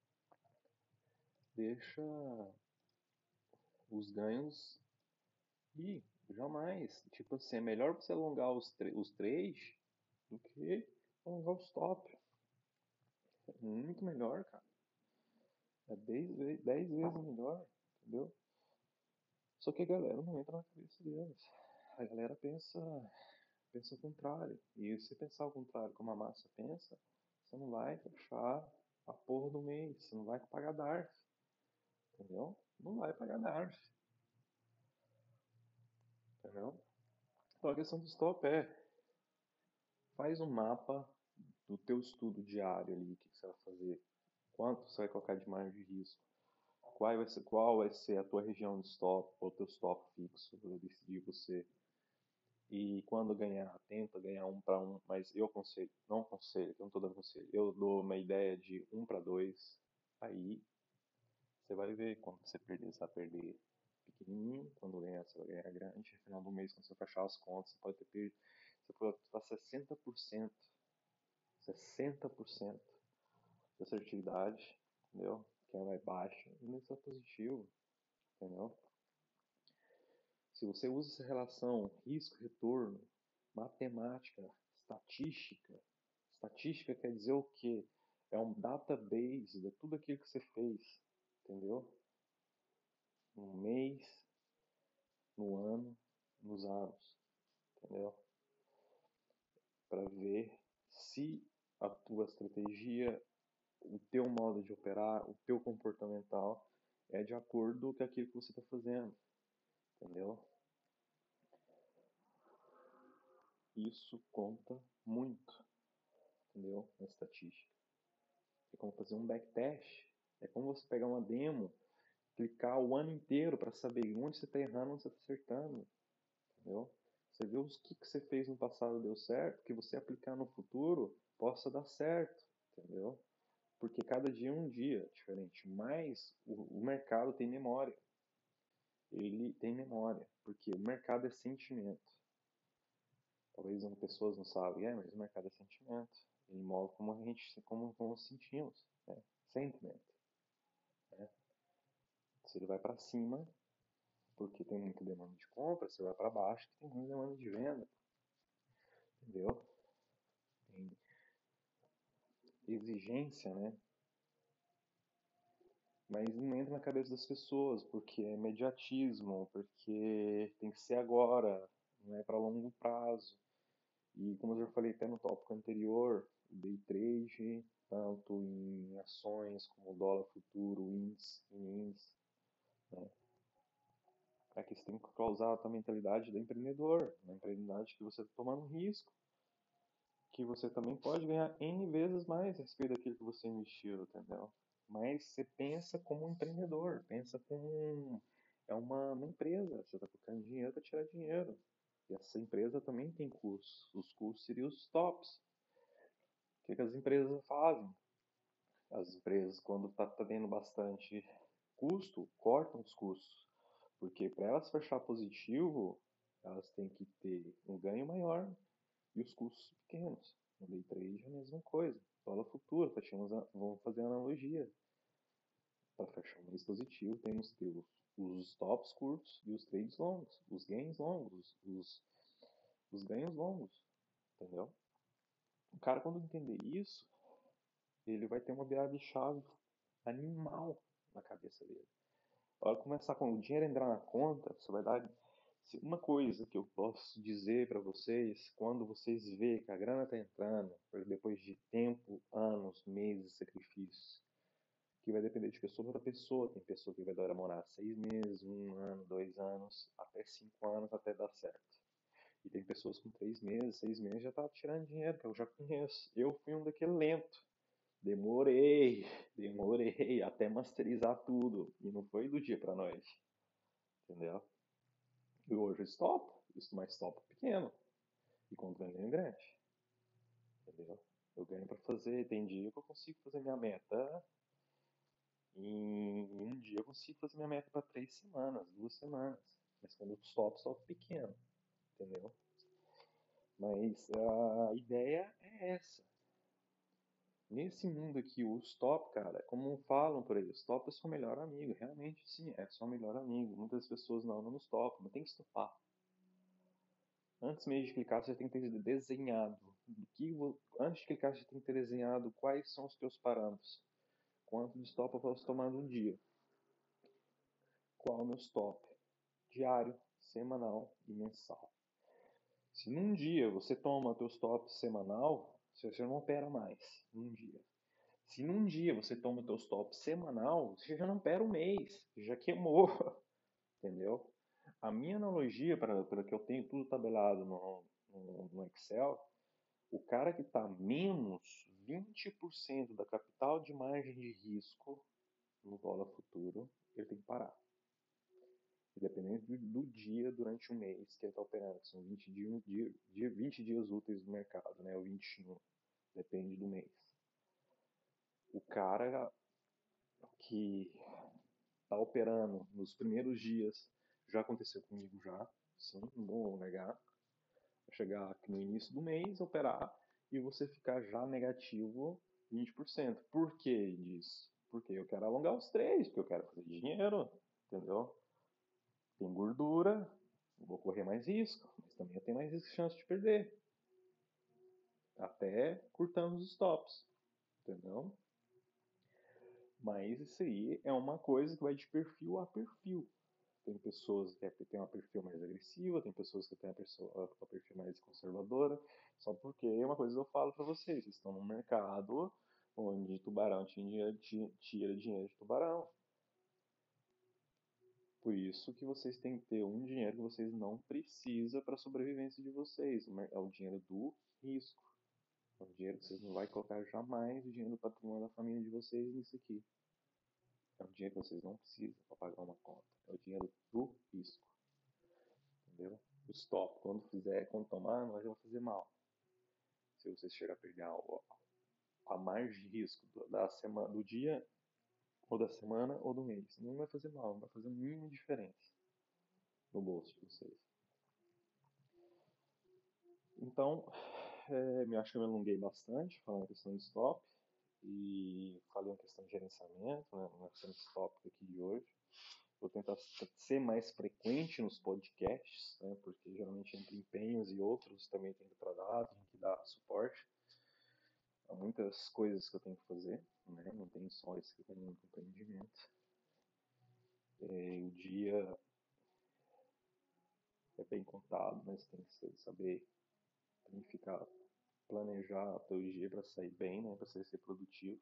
Deixa os ganhos ir, jamais. Tipo assim, é melhor você alongar os, os três do que alongar o stop. É muito melhor, cara. É dez vezes, dez vezes melhor, entendeu? Só que a galera não entra na cabeça deles. A galera pensa, pensa o contrário. E se pensar o contrário como a massa pensa, você não vai fechar a porra do mês. Você não vai pagar D A R F. Entendeu? Não vai pagar D A R F. Entendeu? Então a questão do stop é, faz um mapa do teu estudo diário ali, o que você vai fazer, quanto você vai colocar de margem de risco, qual vai ser, qual vai ser a tua região de stop, ou teu stop fixo, para decidir você. E quando ganhar, tenta ganhar um para um, mas eu aconselho, não aconselho, eu não estou dando conselho, eu dou uma ideia de um para dois, aí você vai ver, quando você perder, você vai perder pequenininho, quando ganhar, você vai ganhar grande, no final do mês, quando você fechar as contas, você pode ter perdido, você pode estar sessenta por cento, sessenta por cento da assertividade, entendeu? Que é mais baixa, e isso é positivo, entendeu? Se você usa essa relação risco-retorno, matemática, estatística, estatística quer dizer o quê? É um database de tudo aquilo que você fez, entendeu? No mês, no ano, nos anos, entendeu? Para ver se a tua estratégia, o teu modo de operar, o teu comportamental é de acordo com aquilo que você está fazendo, entendeu? Isso conta muito, entendeu? Na estatística. É como fazer um backtest. É como você pegar uma demo, clicar o ano inteiro para saber onde você está errando, onde você está acertando, entendeu? Você vê os que, que você fez no passado deu certo, que você aplicar no futuro possa dar certo, entendeu? Porque cada dia é um dia diferente, mas o, o mercado tem memória. Ele tem memória, porque o mercado é sentimento. Talvez as pessoas não sabem, é, mas o mercado é sentimento. Ele molda como a gente, como, como sentimos, né? Sentimento. Né? Se ele vai para cima, porque tem muita demanda de compra, você vai para baixo, que tem muita demanda de venda. Entendeu? Tem exigência, né? Mas não entra na cabeça das pessoas, porque é imediatismo, porque tem que ser agora, não é para longo prazo. E como eu já falei até no tópico anterior, o day trade, tanto em ações como dólar futuro, índice, em índice, né? É que você tem que usar a tua mentalidade do empreendedor, uma mentalidade que você está tomando risco, que você também pode ganhar N vezes mais a respeito daquilo que você investiu, entendeu? Mas você pensa como um empreendedor, pensa como é uma, uma empresa, você está colocando dinheiro para tirar dinheiro. E essa empresa também tem custos. Os custos seriam os tops. O que, que as empresas fazem? As empresas, quando está tá tendo bastante custo, cortam os custos. Porque para elas fechar positivo, elas têm que ter um ganho maior e os custos pequenos. No day trade é a mesma coisa. Dólar futuro, vamos fazer analogia. Para fechar um mês positivo, temos que ter os, os stops curtos e os trades longos, os gains longos, os, os ganhos longos, entendeu? O cara, quando entender isso, ele vai ter uma virada-chave animal na cabeça dele. A hora que começar com o dinheiro entrar na conta, você vai dar. Uma coisa que eu posso dizer para vocês, quando vocês vê que a grana está entrando, depois de tempo, anos, meses, sacrifícios, que vai depender de pessoa para pessoa. Tem pessoa que vai demorar seis meses, um ano, dois anos, até cinco anos até dar certo. E tem pessoas com três meses, seis meses já tá tirando dinheiro, que eu já conheço. Eu fui um daquele lento. Demorei, demorei até masterizar tudo. E não foi do dia pra noite. Entendeu? E hoje eu stop, isso mais stop pequeno. E quando eu ganho grande. Entendeu? Eu ganho pra fazer, tem dia que eu consigo fazer minha meta. Em um dia eu consigo fazer minha meta para três semanas, duas semanas. Mas quando eu stop, stop pequeno. Entendeu? Mas a ideia é essa. Nesse mundo aqui, o stop, cara, como falam por aí, o stop é seu melhor amigo. Realmente, sim, é seu melhor amigo. Muitas pessoas não, não stop, mas tem que stopar. Antes mesmo de clicar, você tem que ter desenhado. Do que, antes de clicar, você tem que ter desenhado quais são os teus parâmetros. Quanto de stop eu posso tomar no dia? Qual é o meu stop? Diário, semanal e mensal. Se num dia você toma teu stop semanal, você não opera mais num dia. Se num dia você toma teu stop semanal, você já não opera um mês, já queimou, entendeu? A minha analogia, para que eu tenho tudo tabelado no, no, no Excel, o cara que está menos vinte por cento da capital de margem de risco no dólar futuro, ele tem que parar. Independente do, do dia durante um mês que ele está operando, que são vinte dias, dia, vinte dias úteis do mercado, né? Ou vinte e um, depende do mês. O cara que está operando nos primeiros dias, já aconteceu comigo já, sim, não vou negar, chegar aqui no início do mês, operar e você ficar já negativo vinte por cento. Por que disso? Porque eu quero alongar os três, porque eu quero fazer dinheiro, entendeu? Tem gordura, vou correr mais risco, mas também eu tenho mais chance de perder. Até curtamos os stops, entendeu? Mas isso aí é uma coisa que vai de perfil a perfil. Tem pessoas que têm uma perfil mais agressiva, tem pessoas que têm uma, pessoa, uma perfil mais conservadora. Só porque uma coisa eu falo para vocês, vocês estão num mercado onde tubarão tira, tira dinheiro de tubarão. Por isso que vocês têm que ter um dinheiro que vocês não precisam para a sobrevivência de vocês. É o dinheiro do risco. É o dinheiro que vocês não vão colocar jamais o dinheiro do patrimônio da família de vocês nisso aqui. É o dinheiro que vocês não precisam para pagar uma conta. É o dinheiro do risco. Entendeu? O stop, quando fizer, quando tomar, não vai fazer mal. Se você chegar a perder a, a margem de risco da semana, do dia, ou da semana, ou do mês, não vai fazer mal, não vai fazer a mínima diferença no bolso de vocês. Então, é, me acho que eu me alonguei bastante falando a questão de stop e falei a questão de gerenciamento, né, na questão de stop aqui de hoje. Vou tentar ser mais frequente nos podcasts, né, porque geralmente entre empenhos e outros também tem para dar, tem que dar suporte. Há muitas coisas que eu tenho que fazer, né, não tem só esse empreendimento. É, o dia é bem contado, mas tem que saber planificar, planejar o teu dia para sair bem, né, para ser produtivo.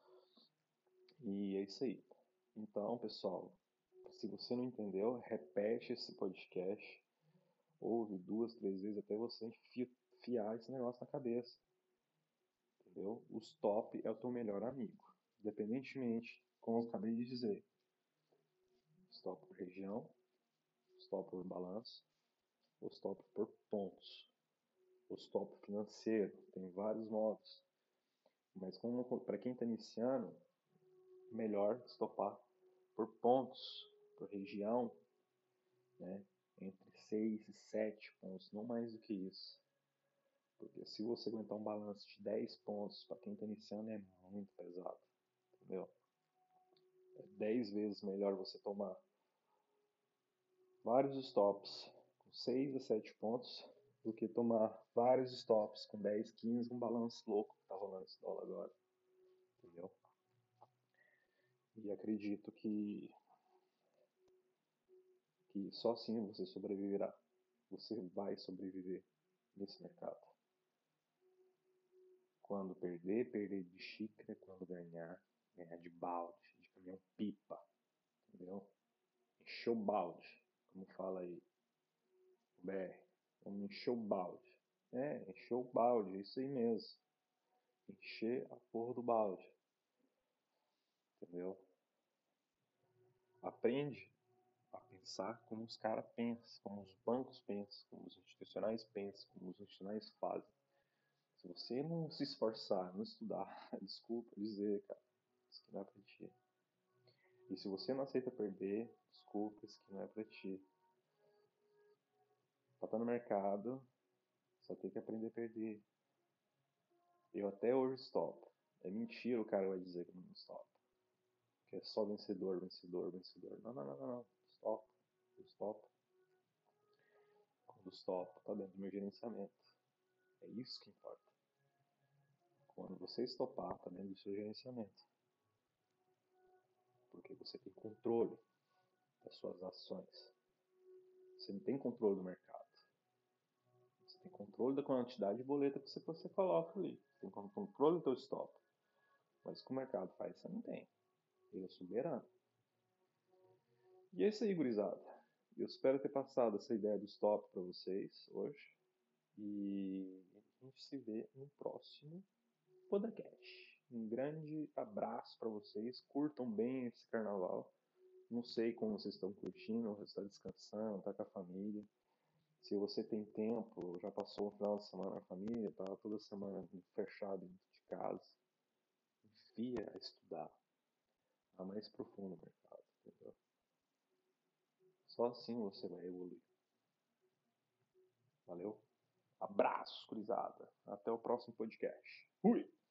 E é isso aí. Então, pessoal, se você não entendeu, repete esse podcast, ouve duas, três vezes até você enfiar esse negócio na cabeça. Entendeu? O stop é o teu melhor amigo. Independentemente, como eu acabei de dizer. Stop por região, stop por balanço, o stop por pontos. O stop financeiro, tem vários modos. Mas para quem está iniciando, melhor stopar por pontos, por região, né? Entre seis e sete pontos, não mais do que isso. Porque se você aguentar um balanço de dez pontos, para quem está iniciando, é muito pesado. Entendeu? É dez vezes melhor você tomar vários stops com seis a sete pontos do que tomar vários stops com dez, quinze, um balanço louco que está rolando esse dólar agora. Entendeu? E acredito que, que só assim você sobreviverá. Você vai sobreviver nesse mercado. Quando perder, perder de xícara. Quando ganhar, ganhar de balde. caminhão pipa, entendeu? Encher o balde, como fala aí o B R. Vamos encher o balde. É, encher o balde, é isso aí mesmo. Encher a porra do balde. Entendeu? Aprende a pensar como os caras pensam, como os bancos pensam, como os institucionais pensam, como os institucionais fazem. Se você não se esforçar, não estudar, desculpa dizer, cara, isso que não é pra ti. E se você não aceita perder, desculpa, isso que não é pra ti. Pra estar no mercado, só tem que aprender a perder. Eu até hoje stop. É mentira o cara vai dizer que não stop. Que é só vencedor, vencedor, vencedor. Não, não, não, não, não. Stop. Stop. Quando stop, tá dentro do meu gerenciamento. É isso que importa. Quando você stopar, tá dentro do seu gerenciamento. Porque você tem controle das suas ações. Você não tem controle do mercado. Você tem controle da quantidade de boleta que você, você coloca ali. Você tem controle do teu stop. Mas o que o mercado faz, você não tem. Ele é soberano. E é isso aí, gurizada. Eu espero ter passado essa ideia do stop para vocês hoje. E a gente se vê no próximo podcast. Um grande abraço para vocês. Curtam bem esse carnaval. Não sei como vocês estão curtindo, você está descansando, está com a família. Se você tem tempo, já passou o final de semana na família, está toda semana fechado dentro de casa, enfia a estudar a mais profundo no mercado, entendeu? Só assim você vai evoluir. Valeu? Abraço, gurizada. Até o próximo podcast. Fui!